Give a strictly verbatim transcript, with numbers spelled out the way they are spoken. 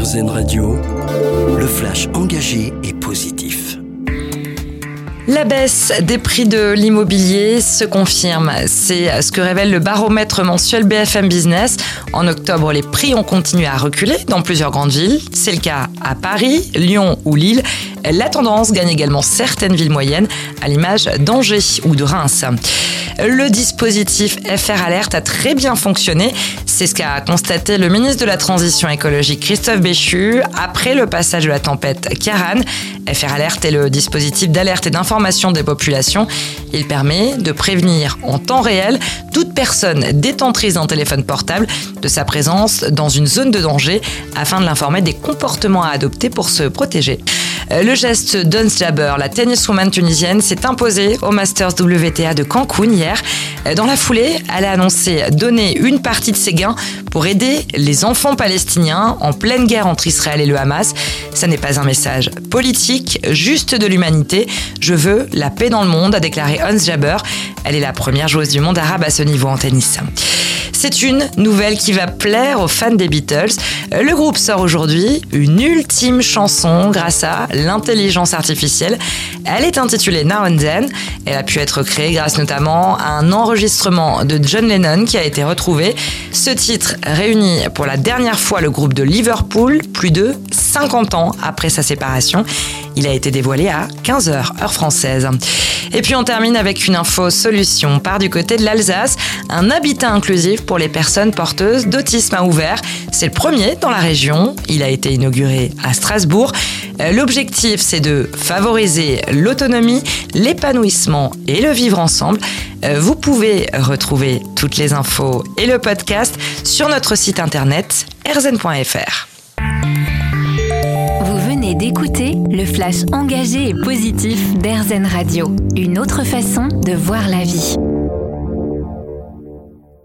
RZN Radio, le flash engagé et positif. La baisse des prix de l'immobilier se confirme. C'est ce que révèle le baromètre mensuel B F M Business. En octobre, les prix ont continué à reculer dans plusieurs grandes villes. C'est le cas à Paris, Lyon ou Lille. La tendance gagne également certaines villes moyennes, à l'image d'Angers ou de Reims. Le dispositif F R Alert a très bien fonctionné. C'est ce qu'a constaté le ministre de la Transition écologique Christophe Béchu après le passage de la tempête Ciarán. F R Alert est le dispositif d'alerte et d'information des populations. Il permet de prévenir en temps réel toute personne détentrice d'un téléphone portable de sa présence dans une zone de danger afin de l'informer des comportements à adopter pour se protéger. Le geste d'Ons Jabeur, la tenniswoman tunisienne, s'est imposée au Masters W T A de Cancun hier. Dans la foulée, elle a annoncé donner une partie de ses gains pour aider les enfants palestiniens en pleine guerre entre Israël et le Hamas. Ça n'est pas un message politique, juste de l'humanité. Je veux la paix dans le monde, a déclaré Ons Jabeur. Elle est la première joueuse du monde arabe à ce niveau en tennis. C'est une nouvelle qui va plaire aux fans des Beatles. Le groupe sort aujourd'hui une ultime chanson grâce à l'intelligence artificielle. Elle est intitulée Now and Then. Elle a pu être créée grâce notamment à un enregistrement de John Lennon qui a été retrouvé. Ce titre réunit pour la dernière fois le groupe de Liverpool, plus de cinquante ans après sa séparation. Il a été dévoilé à quinze heures, heure française. Et puis on termine avec une info solution. Part du côté de l'Alsace, un habitat inclusif pour les personnes porteuses d'autisme a ouvert. C'est le premier dans la région. Il a été inauguré à Strasbourg. L'objectif, c'est de favoriser l'autonomie, l'épanouissement et le vivre ensemble. Vous pouvez retrouver toutes les infos et le podcast sur notre site internet r z n point f r. Vous venez d'écouter le flash engagé et positif d'R Z N Radio. Une autre façon de voir la vie.